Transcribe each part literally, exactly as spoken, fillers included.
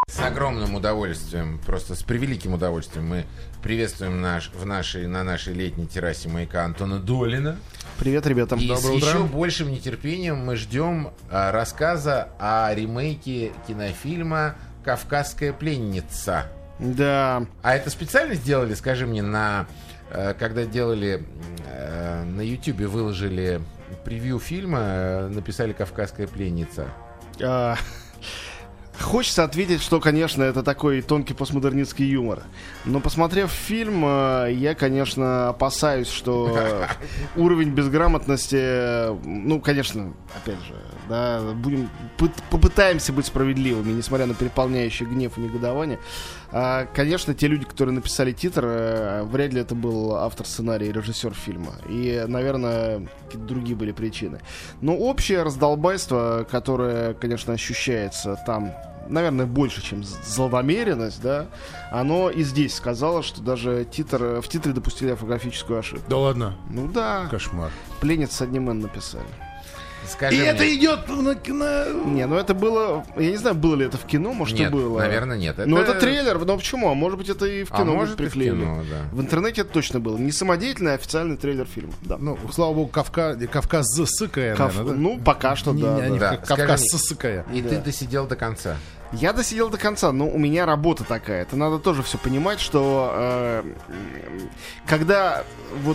С огромным удовольствием, просто с превеликим удовольствием мы приветствуем наш, в нашей, на нашей летней террасе маяка Антона Долина. Привет, ребята. И Доброе с утро. еще большим нетерпением мы ждем а, рассказа о ремейке кинофильма «Кавказская пленница». Да. А это специально сделали, скажи мне, на, э, когда делали э, на Ютубе, выложили превью фильма, э, написали «Кавказская пленница». А, хочется ответить, что, конечно, это такой тонкий постмодернистский юмор. Но, посмотрев фильм, я, конечно, опасаюсь, что уровень безграмотности, ну, конечно, опять же, да, будем, попытаемся быть справедливыми, несмотря на переполняющий гнев и негодование. А, конечно, те люди, которые написали титр, вряд ли это был автор сценария и режиссер фильма. И, наверное, какие-то другие были причины. Но общее раздолбайство, которое, конечно, ощущается там, наверное, больше, чем злонамеренность, да, оно и здесь сказало, что даже титр, в титре допустили орфографическую ошибку. Да ладно? Ну да. Кошмар. Пленница с одним «н» написали. Скажи И мне. это идет на кино. Не, ну это было... Я не знаю, было ли это в кино, может, Нет, и было. наверное, нет. Ну это трейлер, но почему? А может быть, это и в А кино может, и в приклеили. кино, да. В интернете это точно было. Не самодеятельный, а официальный трейлер фильма. Да. Ну, слава богу, Кавка... Кавказ засыкая, Кав- наверное, да? Ну, пока что, Не, да. не, да. не, Да, Кавказ скажи засыкая. И Да. ты досидел до конца. Я досидел до конца, но у меня работа такая. Это надо тоже все понимать, что э, когда вот...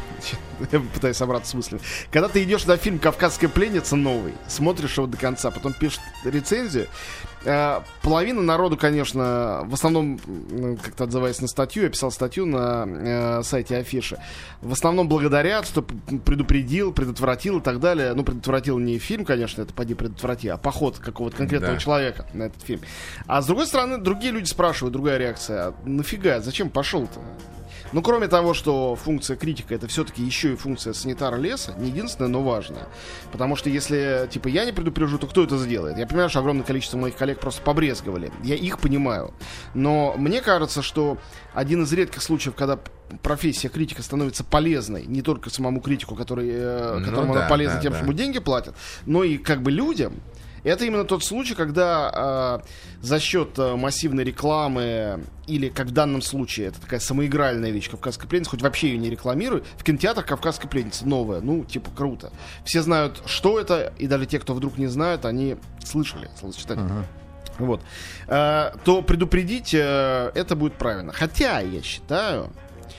Я пытаюсь собраться с мыслями. Когда ты идешь на фильм «Кавказская пленница» новый, смотришь его до конца, потом пишешь рецензию, э, половина народу, конечно, в основном, э, как-то отзываясь на статью, я писал статью на э, сайте Афиши, в основном благодарят, что предупредил, предотвратил и так далее. Ну, предотвратил не фильм, конечно, это поди предотврати, а поход какого-то конкретного Да. человека на этот фильм. А с другой стороны, другие люди спрашивают, другая реакция: а нафига, зачем пошел-то? Ну, кроме того, что функция критика — это все-таки еще и функция санитара леса, не единственная, но важная. Потому что если, типа, я не предупрежу, то кто это сделает? Я понимаю, что огромное количество моих коллег просто побрезговали. Я их понимаю. Но мне кажется, что один из редких случаев, когда профессия критика становится полезной не только самому критику, который, э, Ну которому да, она полезна да, тем, да. что ему деньги платят, но и как бы людям. Это именно тот случай, когда э, за счет э, массивной рекламы, или, как в данном случае, это такая самоигральная вещь, «Кавказская пленница», хоть вообще ее не рекламирую, в кинотеатрах «Кавказская пленница» новая, ну, типа, круто. Все знают, что это, и даже те, кто вдруг не знают, они слышали, словосочетание. Ага. Вот. Э, то предупредить э, это будет правильно. Хотя, я считаю,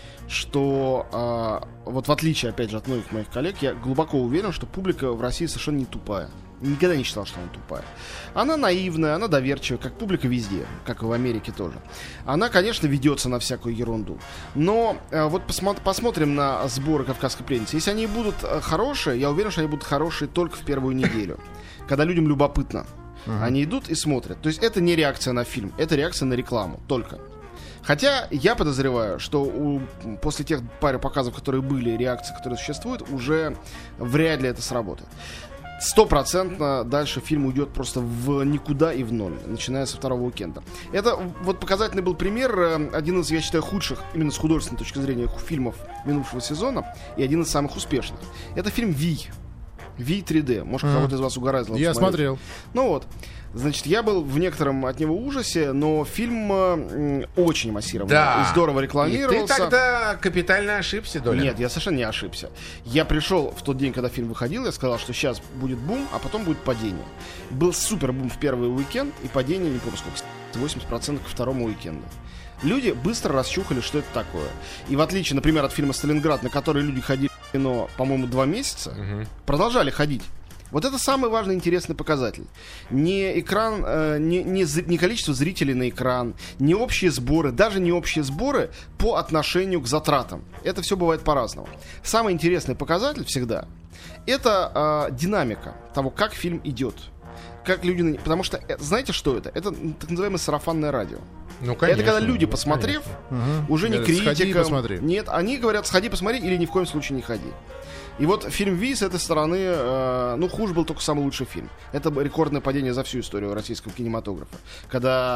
что э, вот в отличие, опять же, от многих моих коллег, я глубоко уверен, что публика в России совершенно не тупая. Никогда не считал, что она тупая. Она наивная, она доверчивая, как публика везде, как и в Америке тоже. Она, конечно, ведется на всякую ерунду. Но э, вот посмо- посмотрим на сборы «Кавказской пленницы». Если они будут э, хорошие, я уверен, что они будут хорошие только в первую неделю, когда людям любопытно. Они идут и смотрят. То есть это не реакция на фильм, это реакция на рекламу только. Хотя я подозреваю, что у, после тех пары показов, которые были, реакции, которые существуют, уже вряд ли это сработает. Стопроцентно дальше фильм уйдет просто в никуда и в ноль, начиная со второго уикенда. Это вот показательный был пример, один из, я считаю, худших, именно с художественной точки зрения, фильмов минувшего сезона, и один из самых успешных. Это фильм «Вий». «Вий» три дэ. Может, mm-hmm. кого-то из вас угораздило Я посмотреть. смотрел. Ну вот. Значит, я был в некотором от него ужасе, но фильм э, очень массированный. Да. И здорово И рекламировался. ты тогда капитально ошибся, Доля. Нет, я совершенно не ошибся. Я пришел в тот день, когда фильм выходил, я сказал, что сейчас будет бум, а потом будет падение. Был супер бум в первый уикенд, и падение, не помню сколько, восемьдесят процентов ко второму уикенду. Люди быстро расчухали, что это такое. И в отличие, например, от фильма «Сталинград», на который люди ходили в кино, по-моему, два месяца, Угу. продолжали ходить. Вот это самый важный интересный показатель. Не экран, э, не, не, зри- не количество зрителей на экран, не общие сборы, даже не общие сборы по отношению к затратам. Это все бывает по-разному. Самый интересный показатель всегда — это э, динамика того, как фильм идет. Как люди... на- Потому что, э, знаете, что это? Это так называемое сарафанное радио. Ну, конечно. Это когда люди, посмотрев, Угу. уже не Говорят, сходи и критикам. посмотри. Нет, они говорят, сходи посмотри или ни в коем случае не ходи. И вот фильм «Вий» с этой стороны, э, ну, хуже был только самый лучший фильм. Это рекордное падение за всю историю российского кинематографа. Когда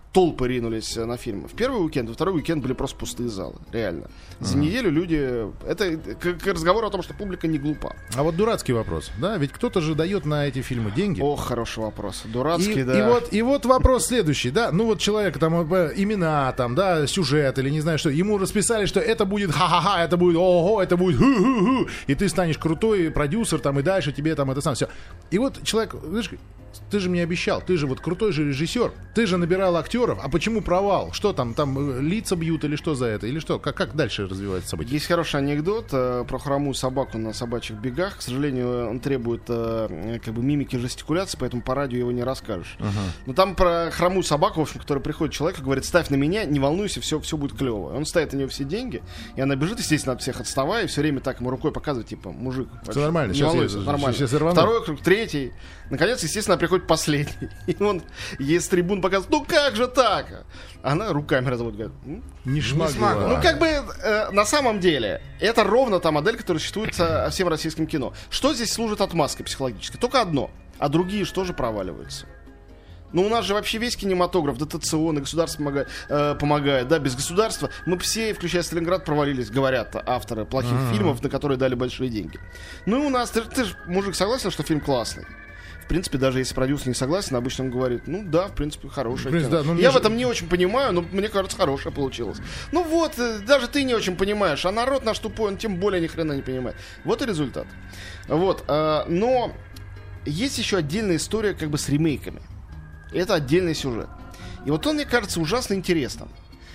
толпы ринулись на фильмы. В первый уикенд, во второй уикенд были просто пустые залы. Реально. За uh-huh. неделю люди... Это как разговор о том, что публика не глупа. А вот дурацкий вопрос, да? Ведь кто-то же дает на эти фильмы деньги. Ох, хороший вопрос. Дурацкий, и, да. И вот, и вот вопрос следующий, да? Ну вот человека там имена, там, да, сюжет или не знаю что. Ему расписали, что это будет ха-ха-ха, это будет ого, это будет ху-ху-ху. И ты станешь крутой продюсер там и дальше тебе там это сам все. И вот человек, знаешь, ты же мне обещал, ты же вот крутой же режиссер, ты же набирал актеров, а почему провал? Что там, там лица бьют или что за это? Или что? Как, как дальше развивается событие? Есть хороший анекдот э, про хромую собаку на собачьих бегах. К сожалению, он требует э, как бы мимики, жестикуляции, поэтому по радио его не расскажешь. Uh-huh. Но там про хромую собаку, в общем, которая приходит человек и говорит: ставь на меня, не волнуйся, все, все будет клево. Он ставит на нее все деньги, и она бежит, естественно, от всех отставая, и все время так ему рукой показывает, типа, мужик, все нормально, не сейчас волнуйся, я, нормально. Сейчас Второй круг, третий. Наконец, естественно, приходит последний. И он ей с трибун показывает: ну как же так? Она руками разводит, говорит: ну, не шмагла. Ну, как бы, э, на самом деле, это ровно та модель, которая существует со всем российским кино. Что здесь служит отмазкой психологической? Только одно. А другие что же проваливаются? Ну, у нас же вообще весь кинематограф дотационный, государство помогает, э, помогает, да, без государства. Мы все, включая Сталинград, провалились, говорят авторы плохих mm-hmm. фильмов, на которые дали большие деньги. Ну, и у нас, ты, ты же, мужик, согласен, что фильм классный? В принципе, даже если продюсер не согласен, обычно он говорит: ну да, в принципе, хорошее кино. Да, я в этом же... не очень понимаю, но мне кажется, хорошее получилось. Ну вот, даже ты не очень понимаешь, а народ наш тупой, он тем более ни хрена не понимает. Вот и результат. Вот, э, но есть еще отдельная история как бы с ремейками. Это отдельный сюжет. И вот он, мне кажется, ужасно интересным.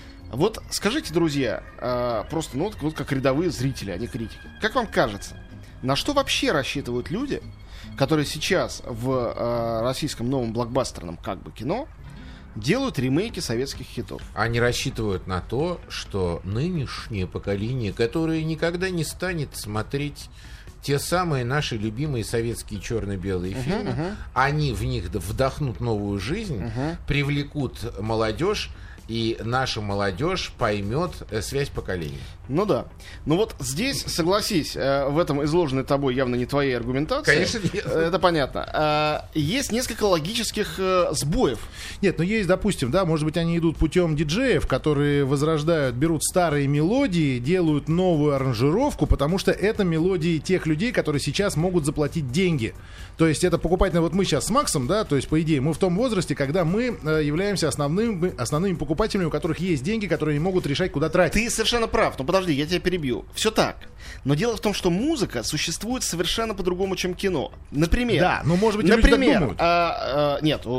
Вот скажите, друзья, э, просто, ну вот, вот как рядовые зрители, а не критики. Как вам кажется, на что вообще рассчитывают люди, которые сейчас в э, российском новом блокбастерном как бы кино делают ремейки советских хитов? Они рассчитывают на то, что нынешнее поколение, которое никогда не станет смотреть те самые наши любимые советские черно-белые uh-huh, фильмы, uh-huh. они в них вдохнут новую жизнь, uh-huh. привлекут молодежь, и наша молодежь поймет э, связь поколений. Ну да. Ну вот здесь, согласись, э, в этом изложенной тобой явно не твоей аргументации. Конечно, нет. Это понятно. Э, есть несколько логических э, сбоев. Нет, ну есть, допустим, да, может быть, они идут путем диджеев, которые возрождают, берут старые мелодии, делают новую аранжировку, потому что это мелодии тех людей, которые сейчас могут заплатить деньги. То есть это покупательно, вот мы сейчас с Максом, да, то есть, по идее, мы в том возрасте, когда мы э, являемся основным, основными покупателями, у которых есть деньги, которые не могут решать, куда тратить. Ты совершенно прав, но подожди, я тебя перебью. Все так. Но дело в том, что музыка существует совершенно по-другому, чем кино. Например... Да, ну, может быть, например, люди так думают. А, а, нет,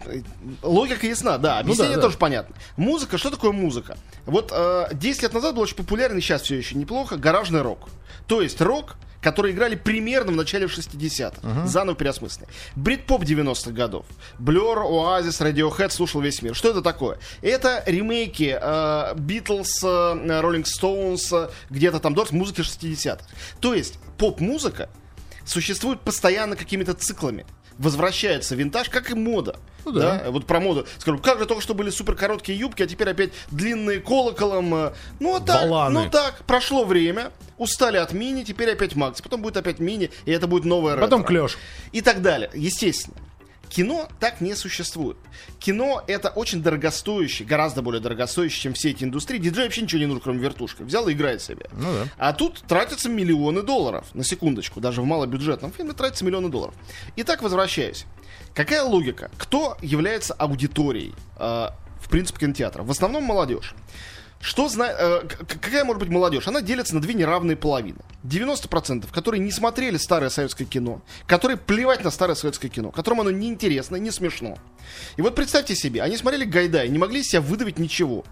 логика ясна, да, объяснение ну, да, тоже да. понятно. Музыка, что такое музыка? Вот а, десять лет назад был очень популярный, сейчас все еще неплохо, гаражный рок. То есть рок, которые играли примерно в начале шестидесятых. Uh-huh. Заново переосмысленный. Брит-поп девяностых годов. Blur, Oasis, Radiohead слушал весь мир. Что это такое? Это ремейки Битлз, Роллинг Стоунс, где-то там Дорс, музыки шестидесятых. То есть поп-музыка существует постоянно какими-то циклами. Возвращается винтаж, как и мода. Ну, да. Да? Вот про моду. Скажу, как же только что были супер короткие юбки, а теперь опять длинные колоколом. Ну так, ну так, прошло время, устали от мини, теперь опять макс, потом будет опять мини, и это будет новая ретро. Потом клеш. И так далее. Естественно. Кино так не существует. Кино — это очень дорогостоящий, гораздо более дорогостоящий, чем все эти индустрии. Диджей вообще ничего не нужно, кроме вертушки. Взял и играет себе. Ну да. А тут тратятся миллионы долларов. На секундочку. Даже в малобюджетном фильме тратятся миллионы долларов. Итак, возвращаюсь. Какая логика? Кто является аудиторией, э, в принципе, кинотеатра? В основном молодежь. Что зна... э, какая может быть молодежь? Она делится на две неравные половины. девяносто процентов, которые не смотрели старое советское кино, которые плевать на старое советское кино, которым оно не интересно, не смешно. И вот представьте себе, они смотрели Гайдая, не могли из себя выдавить ничего.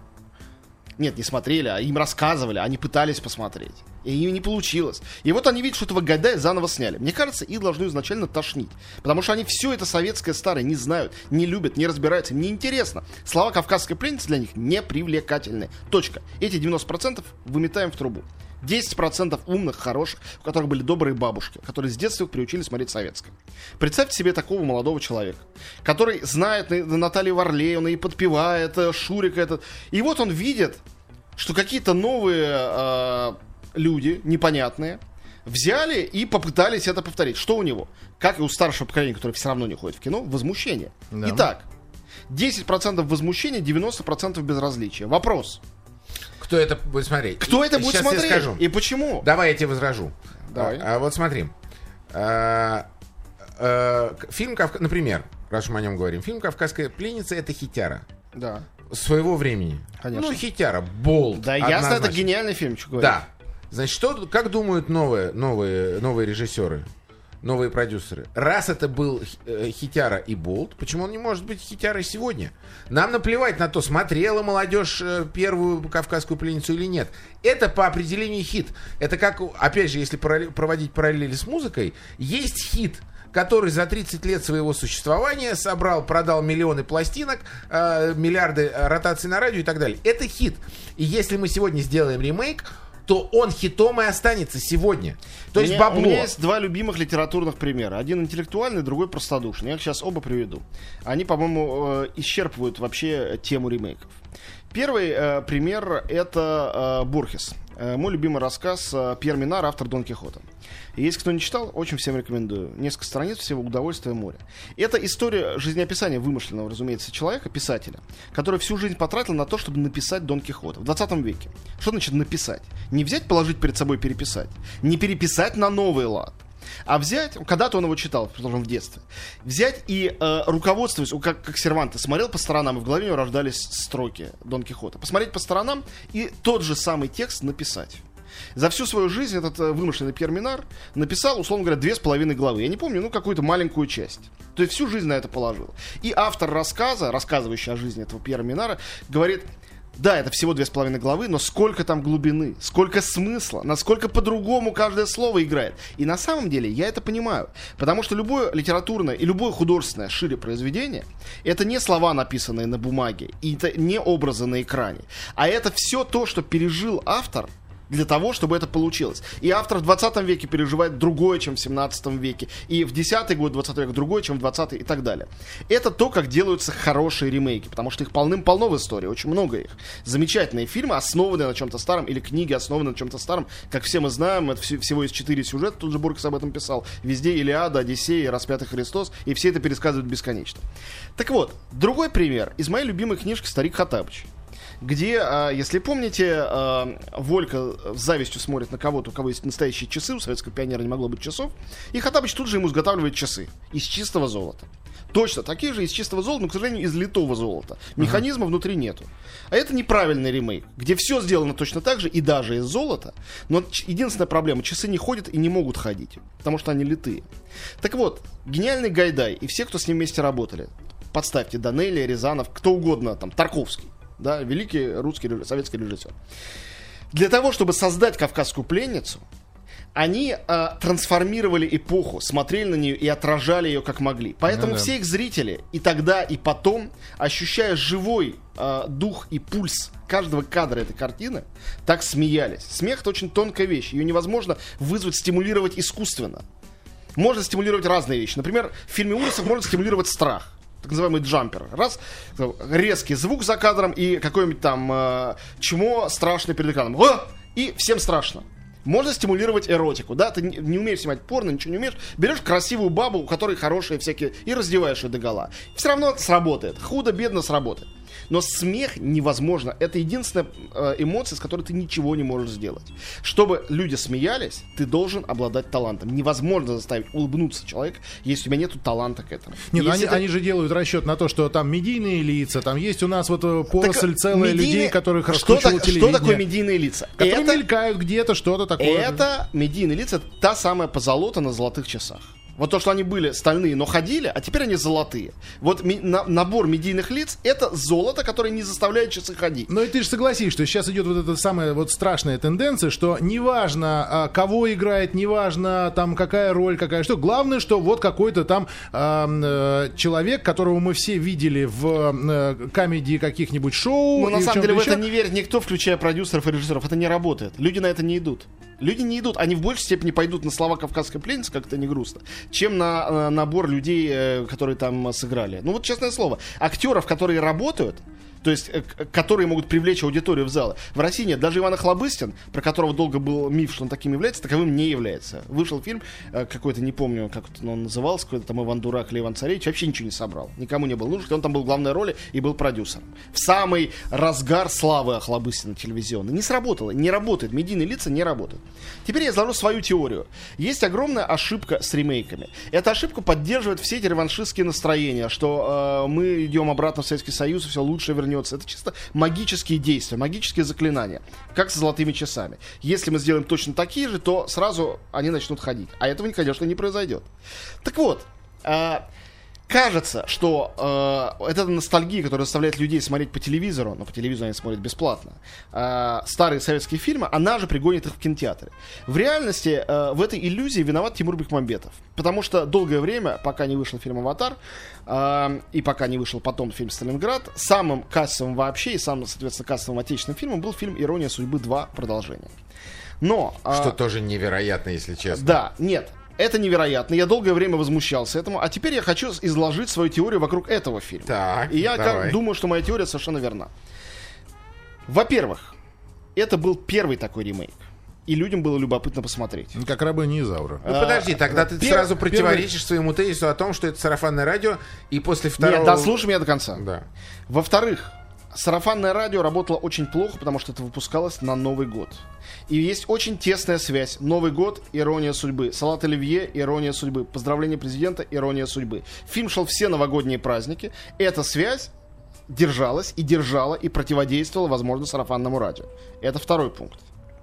Нет, не смотрели, а им рассказывали, они пытались посмотреть. И им не получилось. И вот они видят, что этого Гайдая заново сняли. Мне кажется, их должно изначально тошнить. Потому что они все это советское старое не знают, не любят, не разбираются, им не интересно. Слова «Кавказская пленница» для них не привлекательны. Точка. Эти девяносто процентов выметаем в трубу. десять процентов умных, хороших, у которых были добрые бабушки, которые с детства их приучили смотреть советское. Представьте себе такого молодого человека, который знает Наталью Варлеевну и подпевает Шурика этот. И вот он видит, что какие-то новые э, люди, непонятные, взяли и попытались это повторить. Что у него? Как и у старшего поколения, которое все равно не ходит в кино, возмущение. Да. Итак, десять процентов возмущения, девяносто процентов безразличия. Вопрос. Кто это будет смотреть? Кто это будет Сейчас смотреть? Я скажу. И почему? Давай я тебе возражу. Давай. А, а вот смотри. А, а, фильм, Кавка... например, раз мы о нем говорим, фильм «Кавказская пленница» — это хитяра. Да. Своего времени. Конечно. Ну, хитяра, болт. Да, однозначно. ясно, это гениальный фильм, что говорить. Да. Значит, что, как думают новые, новые, новые режиссеры, новые продюсеры? Раз это был э, хитяра и болт, почему он не может быть хитярой сегодня? Нам наплевать на то, смотрела молодежь э, первую «Кавказскую пленницу» или нет. Это по определению хит. Это как, опять же, если проводить параллели с музыкой, есть хит, который за тридцать лет своего существования собрал, продал миллионы пластинок, э, миллиарды ротаций на радио и так далее. Это хит. И если мы сегодня сделаем ремейк, то он хитом и останется сегодня. То есть меня, бабло. У меня есть два любимых литературных примера. Один интеллектуальный, другой простодушный. Я их сейчас оба приведу. Они, по-моему, исчерпывают вообще тему ремейков. Первый э, пример — это э, Борхес. Э, мой любимый рассказ э, Пьер Минар, автор Дон Кихота. И если кто не читал, очень всем рекомендую. Несколько страниц, всего удовольствия море. Это история жизнеописания вымышленного, разумеется, человека, писателя, который всю жизнь потратил на то, чтобы написать Дон Кихота в двадцатом веке. Что значит написать? Не взять, положить перед собой, переписать. Не переписать на новый лад. А взять, когда-то он его читал, продолжим, в детстве, взять и, э, руководствуясь, как, как Сервантес, смотрел по сторонам, и в голове у него рождались строки Дон Кихота. Посмотреть по сторонам и тот же самый текст написать. За всю свою жизнь этот э, вымышленный Пьер Минар написал, условно говоря, две с половиной главы. Я не помню, ну, какую-то маленькую часть. То есть всю жизнь на это положил. И автор рассказа, рассказывающий о жизни этого Пьера Минара, говорит: да, это всего две с половиной главы, но сколько там глубины, сколько смысла, насколько по-другому каждое слово играет. И на самом деле я это понимаю, потому что любое литературное и любое художественное шире произведение — это не слова, написанные на бумаге, и это не образы на экране, а это все то, что пережил автор для того, чтобы это получилось. И автор в двадцатом веке переживает другое, чем в семнадцатом веке. И в десятый год двадцатого века другое, чем в двадцатый, и так далее. Это то, как делаются хорошие ремейки, потому что их полным-полно в истории, очень много их. Замечательные фильмы, основанные на чем-то старом, или книги, основанные на чем-то старом. Как все мы знаем, это всего есть четыре сюжета, тут же Борхес об этом писал. Везде Илиада, Одиссея, Распятый Христос, и все это пересказывают бесконечно. Так вот, другой пример из моей любимой книжки «Старик Хоттабыч», где, если помните, Волька с завистью смотрит на кого-то, у кого есть настоящие часы, у советского пионера не могло быть часов, и Хоттабыч тут же ему изготавливает часы из чистого золота. Точно, такие же из чистого золота, но, к сожалению, из литого золота. Механизма uh-huh. внутри нету. А это неправильный ремейк, где все сделано точно так же, и даже из золота, но единственная проблема — часы не ходят и не могут ходить, потому что они литые. Так вот, гениальный Гайдай и все, кто с ним вместе работали, подставьте, Данелли, Рязанов, кто угодно, там, Тарковский, да, великий русский, советский режиссер. Для того, чтобы создать «Кавказскую пленницу», они э, трансформировали эпоху, смотрели на нее и отражали ее как могли. Поэтому ну, да. все их зрители и тогда, и потом, ощущая живой э, дух и пульс каждого кадра этой картины, так смеялись. Смех — это очень тонкая вещь. Ее невозможно вызвать, стимулировать искусственно. Можно стимулировать разные вещи. Например, в фильме ужасов можно стимулировать страх. Так называемый джампер. Раз, резкий звук за кадром и какое-нибудь там э, чмо страшное перед экраном. О! И всем страшно. Можно стимулировать эротику, да, ты не, не умеешь снимать порно, ничего не умеешь, берешь красивую бабу, у которой хорошие всякие, и раздеваешь ее догола. Все равно это сработает, худо-бедно сработает. Но смех невозможно, это единственная э, эмоция, с которой ты ничего не можешь сделать. Чтобы люди смеялись, ты должен обладать талантом. Невозможно заставить улыбнуться человека, если у тебя нету таланта к этому. Нет, они, это... они же делают расчет на то, что там медийные лица, там есть у нас вот поросль целая медийные... людей, которых раскручивало так, телевидение. Что такое медийные лица? Которые это... мелькают где-то, что-то такое. Это медийные лица, это та самая позолота на золотых часах. Вот то, что они были стальные, но ходили, а теперь они золотые. Вот ми- на- набор медийных лиц — это золото, которое не заставляет часы ходить. Но и ты же согласишься, что сейчас идет вот эта самая вот страшная тенденция, что неважно, а, кого играет, неважно, там, какая роль, какая что. Главное, что вот какой-то там а, э, человек, которого мы все видели в э, комедии каких-нибудь шоу. Но на самом деле в еще. это не верит никто, включая продюсеров и режиссеров. Это не работает. Люди на это не идут. Люди не идут, они в большей степени пойдут на слова «Кавказская пленница», как это не грустно, чем на э, набор людей, э, которые там сыграли. Ну вот честное слово, актеров, которые работают, То есть, э, которые могут привлечь аудиторию в залы. В России нет. Даже Иван Охлобыстин, про которого долго был миф, что он таким является, таковым не является. Вышел фильм, э, какой-то, не помню, как он назывался, какой-то там Иван Дурак или Иван Царевич, вообще ничего не собрал. Никому не был нужен, он там был в главной роли и был продюсером. В самый разгар славы Охлобыстина телевизионной. Не сработало, не работает. Медийные лица не работают. Теперь я изложу свою теорию. Есть огромная ошибка с ремейками. Эта ошибка поддерживает все эти реваншистские настроения, что э, мы идем обратно в Советский Союз, и все лучше вернется. Это чисто магические действия, магические заклинания, как с золотыми часами. Если мы сделаем точно такие же, то сразу они начнут ходить. А этого, конечно, не произойдет. Так вот, э, кажется, что э, эта ностальгия, которая заставляет людей смотреть по телевизору, но по телевизору они смотрят бесплатно, э, старые советские фильмы, она же пригонит их в кинотеатры. В реальности э, в этой иллюзии виноват Тимур Бекмамбетов. Потому что долгое время, пока не вышел фильм «Аватар», э, и пока не вышел потом фильм «Сталинград», самым кассовым вообще и самым, соответственно, кассовым отечественным фильмом был фильм «Ирония судьбы два. Продолжение». Но... Э, что тоже невероятно, если честно. Да, нет. Это невероятно. Я долгое время возмущался этому. А теперь я хочу изложить свою теорию вокруг этого фильма. Так, и я давай. как, думаю, что моя теория совершенно верна. Во-первых, это был первый такой ремейк. И людям было любопытно посмотреть. Как «Рабыня Изаура». Ну подожди, тогда ты Пер... сразу противоречишь первый... своему тезису о том, что это сарафанное радио, и после второго... Нет, дослушай меня до конца. Да. Во-вторых, сарафанное радио работало очень плохо, потому что это выпускалось на Новый год. И есть очень тесная связь. Новый год — «Ирония судьбы». Салат оливье — «Ирония судьбы». Поздравление президента — «Ирония судьбы». Фильм шел все новогодние праздники. Эта связь держалась и держала и противодействовала, возможно, сарафанному радио. Это второй пункт.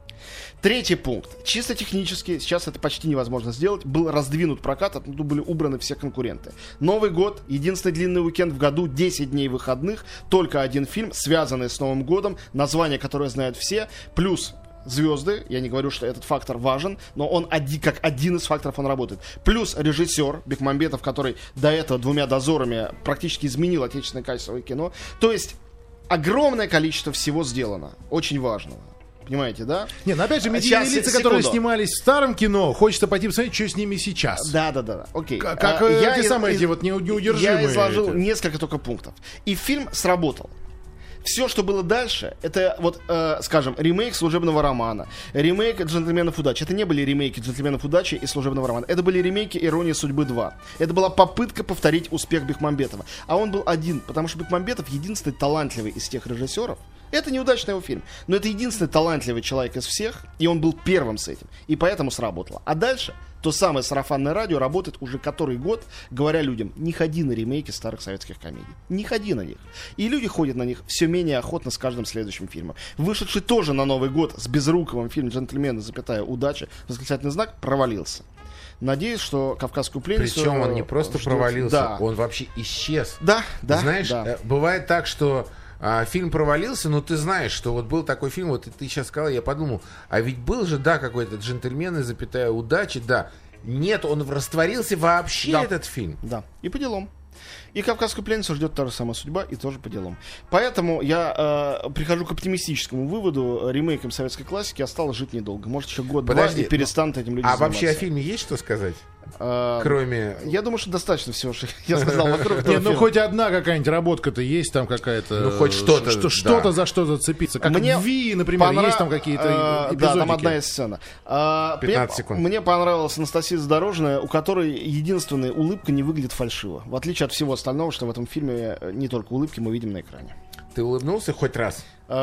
Третий пункт. Чисто технически, сейчас это почти невозможно сделать, был раздвинут прокат, оттуда были убраны все конкуренты. Новый год, единственный длинный уикенд в году, десять дней выходных, только один фильм, связанный с Новым годом, название, которое знают все, плюс звезды, я не говорю, что этот фактор важен, но он один, как один из факторов он работает. Плюс режиссер Бекмамбетов, который до этого «Двумя дозорами» практически изменил отечественное качество кино. То есть огромное количество всего сделано, очень важного. Понимаете, да? Не, ну опять же, медийные Сейчас, лица, секунду. которые снимались в старом кино, хочется пойти посмотреть, что с ними сейчас. Да, да, да, окей. Как, как а, э, я эти из, самые из, эти вот неудержимые. Я изложил эти. несколько только пунктов. И фильм сработал. Все, что было дальше, это вот, э, скажем, ремейк «Служебного романа», ремейк «Джентльменов удачи». Это не были ремейки «Джентльменов удачи» и «Служебного романа». Это были ремейки «Иронии судьбы два». Это была попытка повторить успех Бекмамбетова. А он был один, потому что Бекмамбетов единственный талантливый из тех режиссеров. Это неудачный его фильм, но это единственный талантливый человек из всех, и он был первым с этим. И поэтому сработало. А дальше то самое сарафанное радио работает уже который год, говоря людям: не ходи на ремейки старых советских комедий. Не ходи на них. И люди ходят на них все менее охотно с каждым следующим фильмом. Вышедший тоже на Новый год с Безруковым фильм «Джентльмены, запятая, удача», восклицательный знак, провалился. Надеюсь, что «Кавказскую пленницу». Причем он не просто ждет... провалился, да. он вообще исчез. Да, да. Знаешь, да. бывает так, что а, фильм провалился, но ты знаешь, что вот был такой фильм, вот и ты сейчас сказал, я подумал, а ведь был же, да, какой-то «Джентльмены, запятая, удачи», да. Нет, он растворился вообще, да. Этот фильм. Да, и по делам. И «Кавказскую пленницу» ждет та же самая судьба, и тоже по делам. Поэтому я э, прихожу к оптимистическому выводу: ремейком советской классики осталось жить недолго. Может, еще год-два, и перестанут этим людям А заниматься. вообще о фильме есть что сказать? А, Кроме... Я думаю, что достаточно всего, что я сказал вокруг этого Нет, ну хоть одна какая-нибудь работка-то есть там какая-то. Ну хоть что-то. Что, что-то за что зацепиться. Как мне в Ви, например, понрав... есть там какие-то эпизодики. Да, там одна из сцена. пятнадцать секунд. Мне понравилась Анастасия Задорожная, у которой единственная улыбка не выглядит фальшиво. В отличие от всего остального, что в этом фильме не только улыбки мы видим на экране. Ты улыбнулся хоть раз?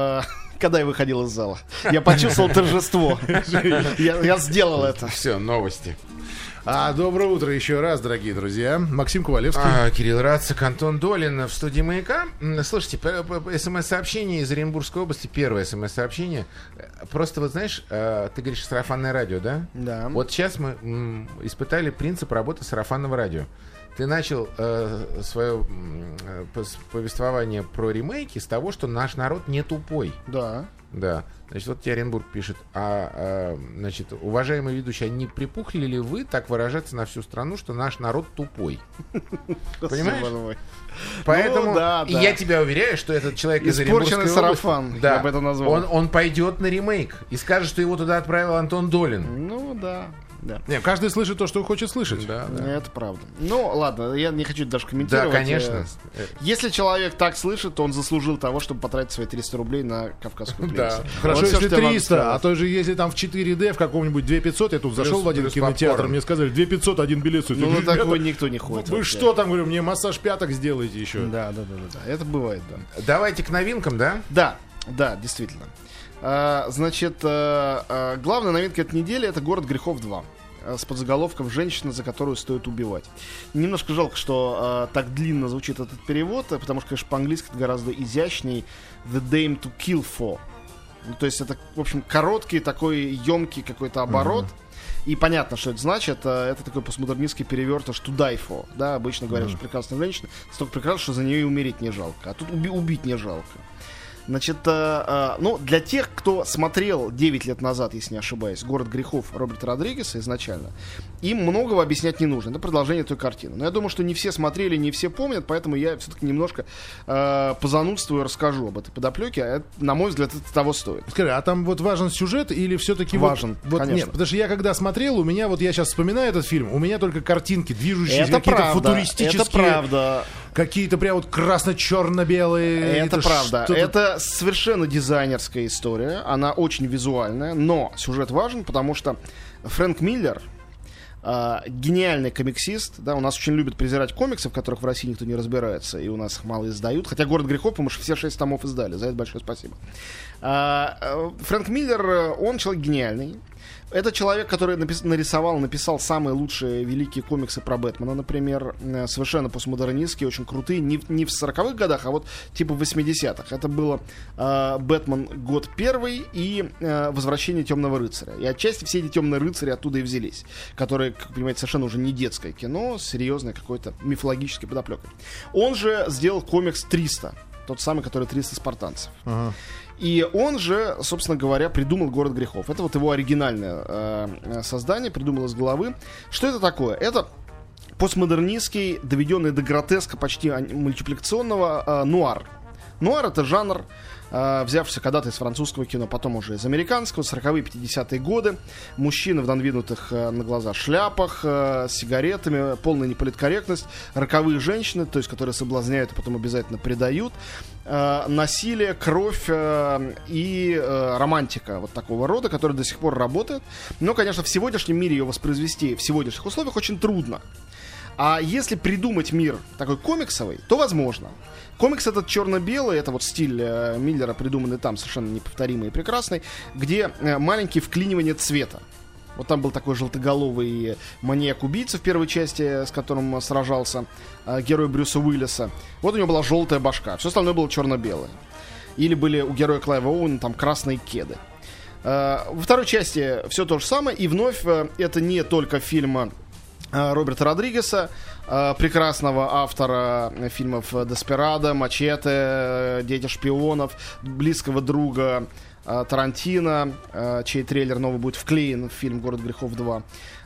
Когда я выходил из зала. Я почувствовал торжество. Я сделал это. Все, новости. А, доброе утро еще раз, дорогие друзья. Максим Ковалевский. А, Кирилл Рацик, Антон Долин в студии «Маяка». Слушайте, смс-сообщение из Оренбургской области, первое смс-сообщение. Просто, вот знаешь, ты говоришь сарафанное радио, да? Да. Вот сейчас мы м, испытали принцип работы сарафанного радио. Ты начал э, свое э, повествование про ремейки с того, что наш народ не тупой. Да. Да. Значит, вот тебе Оренбург пишет: а, а, значит, уважаемый ведущий, а не припухли ли вы так выражаться на всю страну, что наш народ тупой? Понимаешь? Поэтому ну, да, и да. я тебя уверяю, что этот человек из Испорченный Оренбургской сарафан, области, да, я бы это назвал. Он, он пойдет на ремейк и скажет, что его туда отправил Антон Долин. Ну да. Да. Не, каждый слышит то, что хочет слышать. Да, да. Это правда. Ну, ладно, я не хочу даже комментировать. Да, конечно. Если человек так слышит, то он заслужил того, чтобы потратить свои триста рублей на кавказскую пленницу. Да. Хорошо, Вот всё, если что я могу триста, сказать. а то же если там в четыре дэ в каком-нибудь две пятьсот, я тут зашел в один плюс кинотеатр, попкорн. мне сказали, две пятьсот, один билет стоит. Ну, Я на говорю, такой «Ребята, никто не ходит. вы вообще. что там, говорю, мне массаж пяток сделайте еще. Да, да, да, да, да. Это бывает, да. Давайте к новинкам, да? Да, да, действительно. А, значит, а, а, главная новинка этой недели — это «Город грехов два». С подзаголовком «Женщина, за которую стоит убивать». Немножко жалко, что а, так длинно звучит этот перевод, потому что, конечно, по-английски это гораздо изящней. «The Dame to Kill For». Ну, то есть это, в общем, короткий такой емкий какой-то оборот. Mm-hmm. И понятно, что это значит. Это такой постмодернистский перевертыш «to die for». Да, обычно говорят, mm-hmm. что прекрасная женщина столько прекрасна, что за нее и умереть не жалко. А тут уби- убить не жалко. Значит, э, э, ну, для тех, кто смотрел девять лет назад, если не ошибаюсь, «Город грехов» Роберта Родригеса изначально, им многого объяснять не нужно. Это продолжение той картины. Но я думаю, что не все смотрели, не все помнят, поэтому я все-таки немножко э, позанудствую и расскажу об этой подоплеке. А это, на мой взгляд, это того стоит. Скажи, а там вот важен сюжет или все-таки важен? Вот, вот, конечно. Нет, потому что я когда смотрел, у меня вот я сейчас вспоминаю этот фильм, у меня только картинки движущиеся, Это какие-то правда, футуристические, это правда. Какие-то прям вот красно-черно-белые. Это, это правда. что-то... Это совершенно дизайнерская история. Она очень визуальная, но сюжет важен, потому что Фрэнк Миллер, э, гениальный комиксист, да, у нас очень любят презирать комиксы, в которых в России никто не разбирается, и у нас их мало издают. Хотя «Город грехов», потому что все шесть томов издали. За это большое спасибо. Э, э, Фрэнк Миллер, он человек гениальный. Это человек, который напис- нарисовал, написал самые лучшие великие комиксы про Бэтмена, например, э, совершенно постмодернистские, очень крутые, не, в- не в сороковых годах, а вот типа в восьмидесятых. Это было э, «Бэтмен. Год первый» и э, «Возвращение темного рыцаря». И отчасти все эти темные рыцари оттуда и взялись, которые, как вы понимаете, совершенно уже не детское кино, с серьезной какой-то мифологической подоплекой. Он же сделал комикс триста, тот самый, который триста спартанцев. Ага. И он же, собственно говоря, придумал «Город грехов». Это вот его оригинальное э, создание, придумал из головы. Что это такое? Это постмодернистский, доведенный до гротеска почти мультипликационного э, нуар. Нуар — это жанр, э, взявшийся когда-то из французского кино, потом уже из американского, сороковые пятидесятые годы. Мужчины в надвинутых э, на глаза шляпах, э, с сигаретами, полная неполиткорректность. Роковые женщины, то есть которые соблазняют и потом обязательно предают. Э, насилие, кровь э, и э, романтика вот такого рода, которая до сих пор работает. Но, конечно, в сегодняшнем мире ее воспроизвести в сегодняшних условиях очень трудно. А если придумать мир такой комиксовый, то возможно. Комикс этот черно-белый, это вот стиль э, Миллера, придуманный там, совершенно неповторимый и прекрасный, где э, маленькие вклинивания цвета. Вот там был такой желтоголовый маньяк-убийца в первой части, с которым сражался э, герой Брюса Уиллиса. Вот у него была желтая башка, все остальное было черно-белое. Или были у героя Клайва Оуэна там красные кеды. Э, во второй части все то же самое, и вновь э, это не только фильм Роберта Родригеса, прекрасного автора фильмов «Деспирадо», «Мачете», «Дети шпионов», близкого друга Тарантино, чей трейлер новый будет вклеен в фильм «Город грехов два»,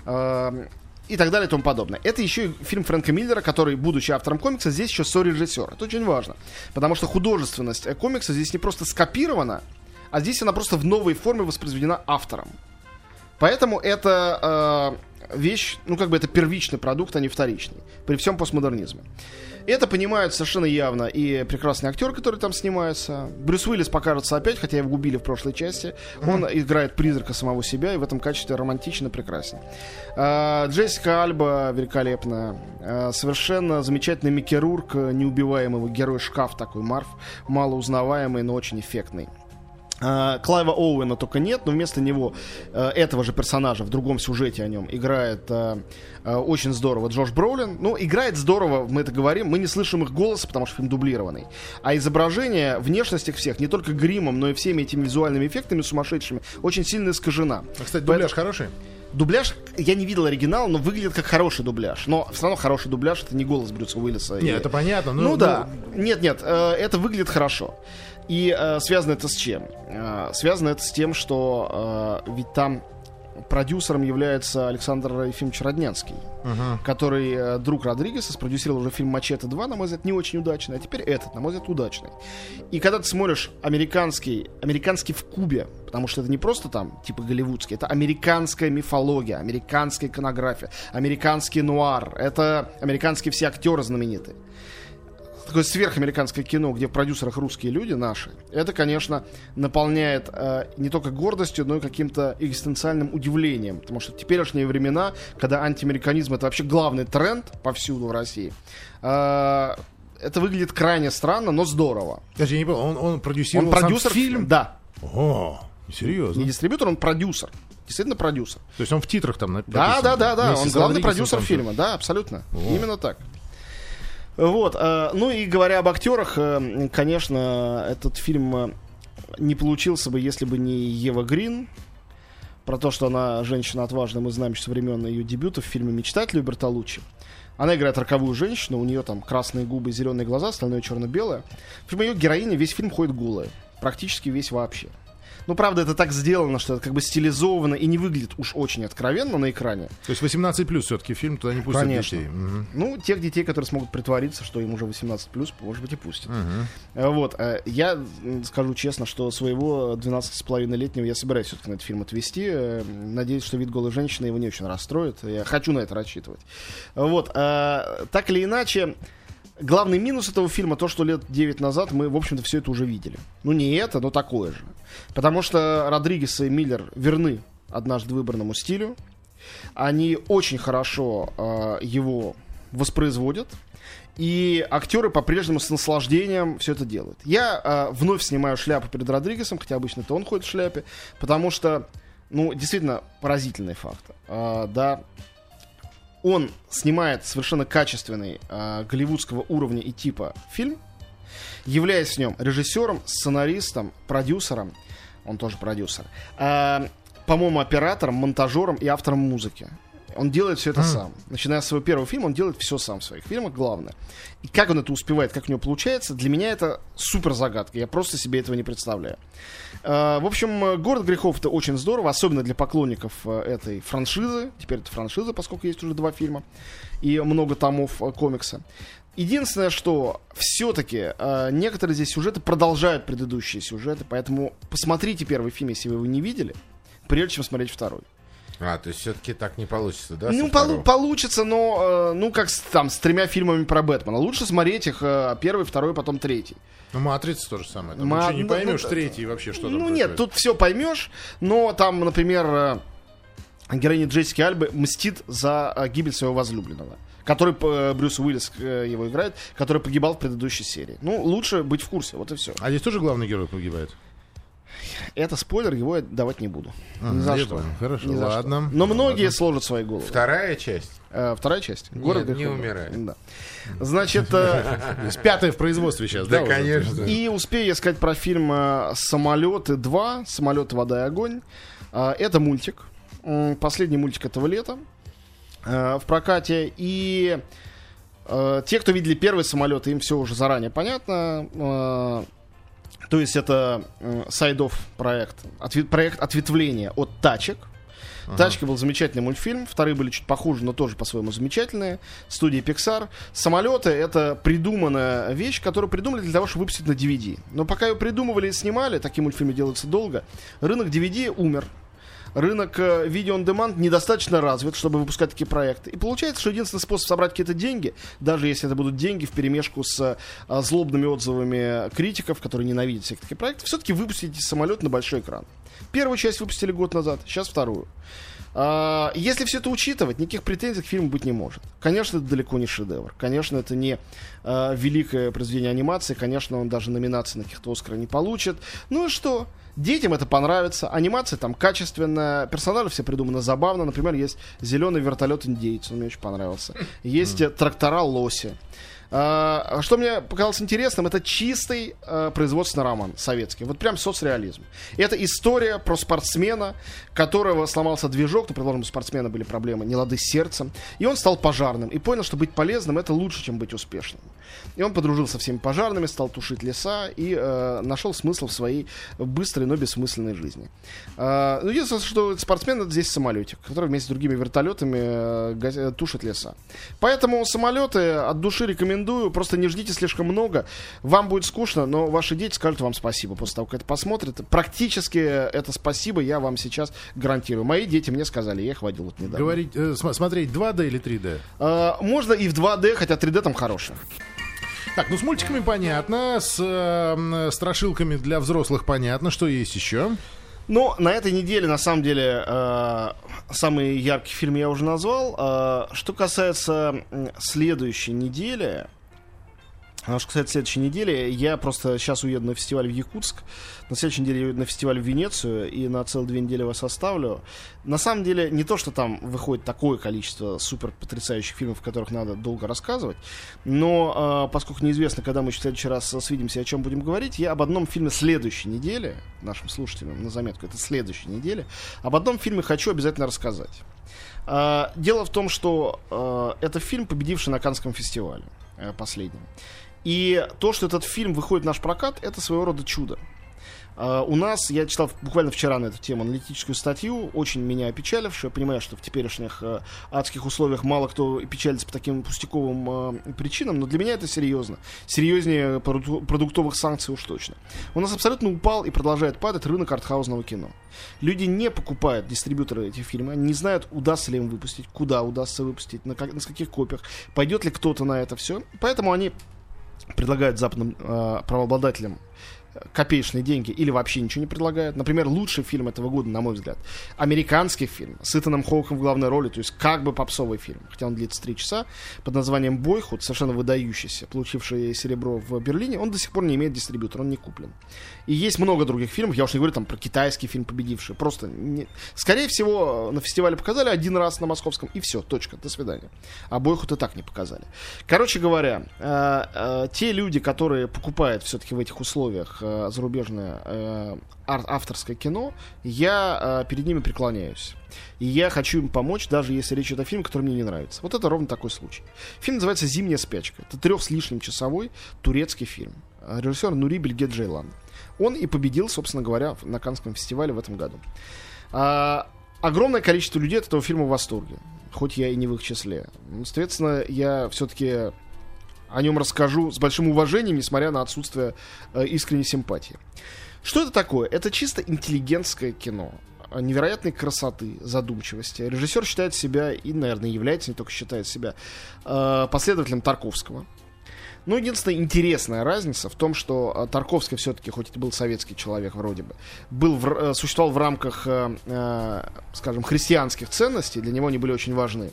и так далее и тому подобное. Это еще и фильм Фрэнка Миллера, который, будучи автором комикса, здесь еще сорежиссер. Это очень важно, потому что художественность комикса здесь не просто скопирована, а здесь она просто в новой форме воспроизведена автором. Поэтому это э, вещь, ну как бы это первичный продукт, а не вторичный, при всем постмодернизме. Это понимают совершенно явно и прекрасный актер, который там снимается. Брюс Уиллис покажется опять, хотя его убили в прошлой части. Он mm-hmm. играет призрака самого себя и в этом качестве романтично прекрасен. Э, Джессика Альба великолепная. Э, совершенно замечательный Микки Рурк, неубиваемый герой-шкаф такой, Марв, малоузнаваемый, но очень эффектный. Клайва Оуэна только нет, но вместо него э, этого же персонажа в другом сюжете о нем играет э, э, очень здорово Джош Бролин. Ну, играет здорово, мы это говорим, мы не слышим их голоса, потому что фильм дублированный. А изображение, внешность их всех, не только гримом, но и всеми этими визуальными эффектами сумасшедшими, очень сильно искажена. А, кстати, дубляж Поэтому... хороший? Дубляж, я не видел оригинал, но выглядит как хороший дубляж. Но все равно хороший дубляж — это не голос Брюса Уиллиса. Нет, и... это понятно. Ну, ну да, нет-нет, э, это выглядит хорошо. И э, связано это с чем? Э, связано это с тем, что э, ведь там продюсером является Александр Ефимович Роднянский, uh-huh. который э, друг Родригеса, спродюсировал уже фильм «Мачете два», на мой взгляд, не очень удачный, а теперь этот, на мой взгляд, удачный. И когда ты смотришь американский, американский в Кубе, потому что это не просто там, типа голливудский, это американская мифология, американская иконография, американский нуар, это американские все актеры знаменитые. Такое сверхамериканское кино, где в продюсерах русские люди наши, это, конечно, наполняет э, не только гордостью, но и каким-то экзистенциальным удивлением. Потому что в теперешние времена, когда антиамериканизм — это вообще главный тренд повсюду в России, э, это выглядит крайне странно, но здорово. Даже я не понял, он, он продюсировал он продюсер, сам фильм? Да. О, серьезно? Не дистрибьютор, он продюсер. Действительно продюсер. То есть он в титрах там написан? Да, да, да, да. Он главный продюсер там фильма, да, абсолютно. О. Именно так. Вот, э, ну и говоря об актерах, э, конечно, этот фильм не получился бы, если бы не Ева Грин. Про то, что она женщина отважная, мы знаем еще со времен ее дебюта в фильме «Мечтатель» у Бертолуччи. Она играет роковую женщину, у нее там красные губы, зеленые глаза, остальное черно-белое. В фильме ее героиня весь фильм ходит голая, практически весь вообще. Ну, правда, это так сделано, что это как бы стилизовано и не выглядит уж очень откровенно на экране. То есть восемнадцать плюс все-таки фильм, туда не пустят Конечно. детей. Угу. Ну, тех детей, которые смогут притвориться, что им уже восемнадцать плюс, может быть, и пустят. Угу. Вот. Я скажу честно, что своего двенадцати с половиной летнего я собираюсь все-таки на этот фильм отвезти. Надеюсь, что вид голой женщины его не очень расстроит. Я хочу на это рассчитывать. Вот. Так или иначе, главный минус этого фильма то, что лет девять назад мы, в общем-то, все это уже видели. Ну, не это, но такое же. Потому что Родригес и Миллер верны однажды выбранному стилю. Они очень хорошо э, его воспроизводят. И актеры по-прежнему с наслаждением все это делают. Я э, вновь снимаю шляпу перед Родригесом, хотя обычно это он ходит в шляпе. Потому что, ну, действительно, поразительный факт. Э, да... Он снимает совершенно качественный э, голливудского уровня и типа фильм, являясь в нем режиссером, сценаристом, продюсером, он тоже продюсер, э, по-моему, оператором, монтажером и автором музыки. Он делает все это mm. сам. Начиная с своего первого фильма, он делает все сам в своих фильмах, главное. И как он это успевает, как у него получается, для меня это супер загадка. Я просто себе этого не представляю. Uh, в общем, «Город грехов» — это очень здорово, особенно для поклонников uh, этой франшизы. Теперь это франшиза, поскольку есть уже два фильма и много томов uh, комикса. Единственное, что все-таки uh, некоторые здесь сюжеты продолжают предыдущие сюжеты, поэтому посмотрите первый фильм, если вы его не видели, прежде чем смотреть второй. А, то есть все-таки так не получится, да? Ну, пол- получится, но, э, ну, как с, там, с тремя фильмами про Бэтмена. Лучше смотреть их э, первый, второй, потом третий. Ну, «Матрица» то же самое. Там Ма- ничего не ну, поймешь, ну, третий вообще, что там Ну, происходит. нет, тут все поймешь, но там, например, э, героиня Джессики Альбы мстит за э, гибель своего возлюбленного, который, э, Брюс Уиллис э, его играет, который погибал в предыдущей серии. Ну, лучше быть в курсе, вот и все. А здесь тоже главный герой погибает? Это спойлер, его я давать не буду. А, Ни за я что. понял. Хорошо, Ни за ладно. что. Но Ну, многие ладно. сложат свои головы. Вторая часть? Э, вторая часть. Нет, Город не грехов. умирает. Да. Значит, э, То есть пятая в производстве сейчас, да? Да, уже? конечно. и успею я сказать про фильм э, «Самолеты два», «Самолеты, вода и огонь». Э, Это мультик. М, Последний мультик этого лета э, в прокате. И э, те, кто видели первые самолеты, им все уже заранее понятно. Э, То есть это э, сайд-офф проект, отве- проект ответвления от «Тачек». Ага. «Тачки» был замечательный мультфильм, вторые были чуть похуже, но тоже по-своему замечательные. Студия Pixar. «Самолеты» — это придуманная вещь, которую придумали для того, чтобы выпустить на ди ви ди. Но пока ее придумывали и снимали, такие мультфильмы делаются долго, рынок ди ви ди умер. Рынок э, видео-он-деманд недостаточно развит, чтобы выпускать такие проекты. И получается, что единственный способ собрать какие-то деньги, даже если это будут деньги вперемешку с э, злобными отзывами критиков, которые ненавидят всякие такие проекты, все-таки выпустите самолет на большой экран. Первую часть выпустили год назад, сейчас вторую. А, если все это учитывать, никаких претензий к фильму быть не может. Конечно, это далеко не шедевр. Конечно, это не а, великое произведение анимации. Конечно, он даже номинации на каких-то «Оскара» не получит. Ну и что? Детям это понравится. Анимация там качественная. Персонажи все придуманы забавно. Например, есть зеленый вертолет-индейец. Он мне очень понравился. Есть трактора-лоси. А, что мне показалось интересным, это чистый а, производственный роман советский. Вот прям соцреализм. Это история про спортсмена, которого сломался движок, ну, предположим, у спортсмена были проблемы, нелады с сердцем, и он стал пожарным, и понял, что быть полезным — это лучше, чем быть успешным. И он подружился со всеми пожарными, стал тушить леса и э, нашел смысл в своей быстрой, но бессмысленной жизни. Э, ну, единственное, что спортсмен — это здесь самолетик, который вместе с другими вертолетами э, га- тушит леса. Поэтому самолеты от души рекомендую, просто не ждите слишком много, вам будет скучно, но ваши дети скажут вам спасибо после того, как это посмотрят. Практически это спасибо я вам сейчас гарантирую. Мои дети мне сказали, я их водил вот недавно. Говорить, э, смотреть два дэ или три дэ? Э, можно и в два дэ, хотя три дэ там хорошее. Так, ну с мультиками понятно, с э, страшилками для взрослых понятно. Что есть еще? Ну, на этой неделе, на самом деле, э, самый яркий фильм я уже назвал. Э, что касается следующей недели... Что касается следующей недели, я просто сейчас уеду на фестиваль в Якутск. На следующей неделе я уеду на фестиваль в Венецию и на целых две недели вас оставлю. На самом деле, не то, что там выходит такое количество супер потрясающих фильмов, о которых надо долго рассказывать, но э, поскольку неизвестно, когда мы еще в следующий раз свидимся и о чем будем говорить, я об одном фильме следующей недели, нашим слушателям на заметку, это следующей недели, об одном фильме хочу обязательно рассказать. Э, дело в том, что э, это фильм, победивший на Каннском фестивале э, последнем. И то, что этот фильм выходит в наш прокат, это своего рода чудо. Uh, у нас, я читал буквально вчера на эту тему аналитическую статью, очень меня опечалившую. Я понимаю, что в теперешних uh, адских условиях мало кто печалится по таким пустяковым uh, причинам, но для меня это серьезно. Серьезнее проду- продуктовых санкций уж точно. У нас абсолютно упал и продолжает падать рынок артхаусного кино. Люди не покупают дистрибьюторы этих фильмов, они не знают, удастся ли им выпустить, куда удастся выпустить, на, как, на каких копиях, пойдет ли кто-то на это все. Поэтому они предлагают западным uh, правообладателям копеечные деньги или вообще ничего не предлагают. Например, лучший фильм этого года, на мой взгляд, американский фильм с Итаном Хоуком в главной роли, то есть как бы попсовый фильм, хотя он длится три часа, под названием «Бойхуд», совершенно выдающийся, получивший серебро в Берлине, он до сих пор не имеет дистрибьютора, он не куплен. И есть много других фильмов, я уж не говорю там про китайский фильм победивший, просто, не... скорее всего, на фестивале показали один раз на московском, и все, точка, до свидания. А «Бойхуд» и так не показали. Короче говоря, э, э, те люди, которые покупают все-таки в этих условиях зарубежное э, авторское кино, я э, перед ними преклоняюсь. И я хочу им помочь, даже если речь идет о фильме, который мне не нравится. Вот это ровно такой случай. Фильм называется «Зимняя спячка». Это трех с лишним часовой турецкий фильм. Режиссер Нури Билге Джейлан. Он и победил, собственно говоря, на Каннском фестивале в этом году. А, огромное количество людей от этого фильма в восторге. Хоть я и не в их числе. Соответственно, я все-таки о нем расскажу с большим уважением, несмотря на отсутствие э, искренней симпатии. Что это такое? Это чисто интеллигентское кино. Невероятной красоты, задумчивости. Режиссер считает себя, и, наверное, является, не только считает себя, э, последователем Тарковского. Но единственная интересная разница в том, что э, Тарковский все-таки, хоть это был советский человек вроде бы, был в, э, существовал в рамках, э, э, скажем, христианских ценностей, для него они были очень важны.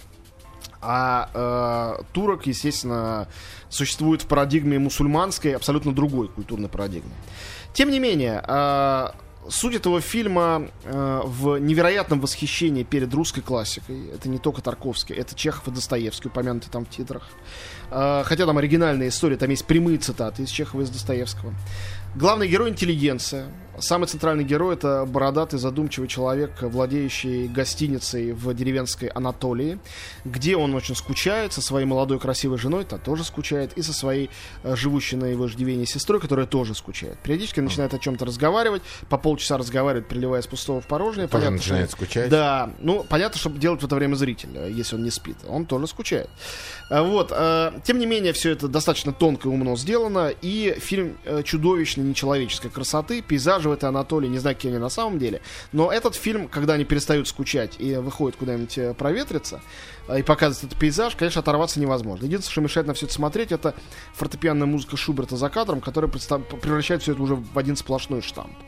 А э, турок, естественно, существует в парадигме мусульманской, абсолютно другой культурной парадигме. Тем не менее, э, суть этого фильма э, в невероятном восхищении перед русской классикой. Это не только Тарковский, это Чехов и Достоевский, упомянутые там в титрах. Э, хотя там оригинальная история, там есть прямые цитаты из Чехова и из Достоевского. Главный герой — интеллигенция. Самый центральный герой — это бородатый, задумчивый человек, владеющий гостиницей в деревенской Анатолии, где он очень скучает со своей молодой красивой женой, та тоже скучает, и со своей э, живущей на его иждивении сестрой, которая тоже скучает. Периодически начинает о чем-то разговаривать, по полчаса разговаривает, переливая из пустого в порожнее. Тоже понятно, начинает что... скучать? Да, ну, понятно, что делает в это время зритель, если он не спит. Он тоже скучает. Вот. Тем не менее, все это достаточно тонко и умно сделано, и фильм чудовищной нечеловеческой красоты, пейзажи в этой Анатолии, не знаю, какие они на самом деле, но этот фильм, когда они перестают скучать и выходят куда-нибудь проветриться и показывают этот пейзаж, конечно, оторваться невозможно. Единственное, что мешает на все это смотреть, это фортепианная музыка Шуберта за кадром, которая превращает все это уже в один сплошной штамп.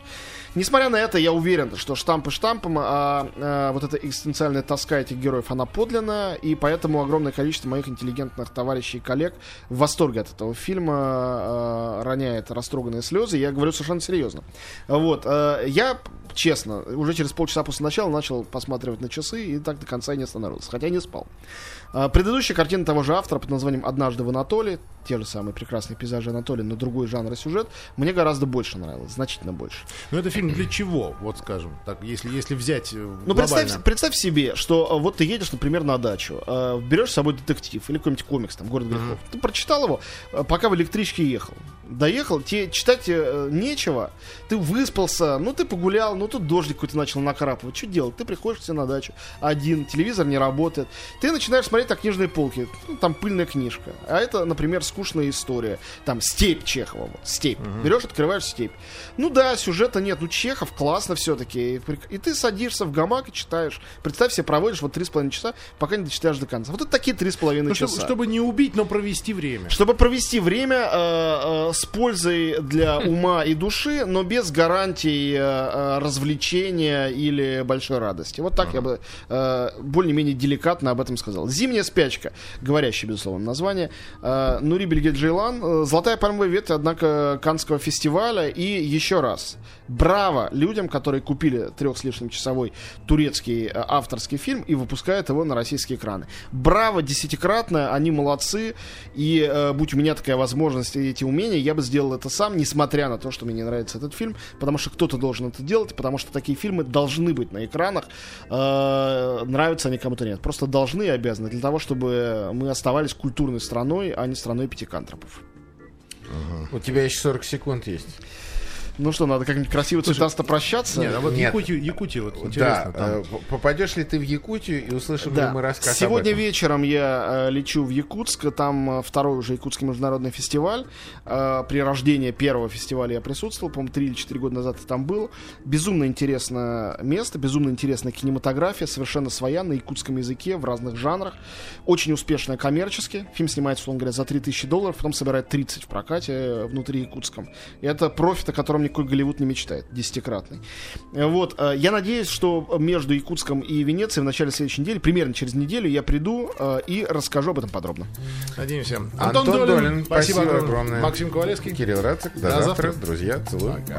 Несмотря на это, я уверен, что штампы штампом, а, а вот эта экзистенциальная тоска этих героев, она подлинная, и поэтому огромное количество моих интеллигентных товарищей и коллег в восторге от этого фильма, а, роняет растроганные слезы. Я говорю совершенно серьезно. Вот. А, я, честно, уже через полчаса после начала начал посматривать на часы и так до конца и не остановился, хотя не спал. А, предыдущая картина того же автора под названием «Однажды в Анатолии», те же самые прекрасные пейзажи Анатолия, но другой жанр и сюжет, мне гораздо больше нравилось, значительно больше. Но это фильм для чего, вот скажем, так, если, если взять Ну, представь, представь себе, что вот ты едешь, например, на дачу, э, берешь с собой детектив или какой-нибудь комикс, там, «Город грехов». Mm-hmm. Ты прочитал его, э, пока в электричке ехал. Доехал, тебе читать э, нечего, ты выспался, ну, ты погулял, ну, тут дождик какой-то начал накрапывать. Что делать? Ты приходишь к себе на дачу один, телевизор не работает, ты начинаешь смотреть на книжные полки, ну, там пыльная книжка. А это, например, скучная история. Там «Степь» Чехова, вот, «Степь». Uh-huh. Берешь, открываешь «Степь». Ну да, сюжета нет, ну Чехов классно все-таки. И, и ты садишься в гамак и читаешь. Представь себе, проводишь вот три с половиной часа, пока не дочитаешь до конца. Вот это такие три с половиной часа. Чтобы, чтобы не убить, но провести время. Чтобы провести время э, э, с пользой для ума и души, но без гарантий э, развлечения или большой радости. Вот так uh-huh. я бы э, более-менее деликатно об этом сказал. «Зимняя спячка», говорящее, безусловно, название. Э, Нури Бельге Джейлан. Золотая пальмовая ветвь, однако, Каннского фестиваля. И еще раз, браво людям, которые купили трех с лишним часовой турецкий э, авторский фильм и выпускают его на российские экраны. Браво десятикратно, они молодцы. И э, будь у меня такая возможность и эти умения, я бы сделал это сам, несмотря на то, что мне не нравится этот фильм, потому что кто-то должен это делать, потому что такие фильмы должны быть на экранах. Э, нравятся они кому-то нет. Просто должны и обязаны, для того, чтобы мы оставались культурной страной, а не страной пятикантропов. Ага. У тебя еще сорок секунд есть. Ну что, надо как-нибудь красиво цветасто прощаться? Нет, а вот Нет. Якутию, Якутию вот Да, интересно. Там. попадешь ли ты в Якутию и услышим Да. ли мы рассказ Сегодня об этом? вечером я э, лечу в Якутск. Там э, второй уже Якутский международный фестиваль. Э, при рождении первого фестиваля я присутствовал. По-моему, три или четыре года назад я там был. Безумно интересное место, безумно интересная кинематография, совершенно своя, на якутском языке, в разных жанрах. Очень успешная коммерчески. Фильм снимается, условно говоря, за три тысячи долларов, потом собирает тридцать в прокате э, внутри якутском. И это профит, о котором никакой Голливуд не мечтает, десятикратный. Вот, э, я надеюсь, что между Якутском и Венецией в начале следующей недели, примерно через неделю, я приду э, и расскажу об этом подробно. Надеемся. Антон, Антон Долин, Долин, спасибо, спасибо огромное. Максим Ковалевский, Кирилл Рацик. До, До завтра. завтра, друзья. Целую. Пока.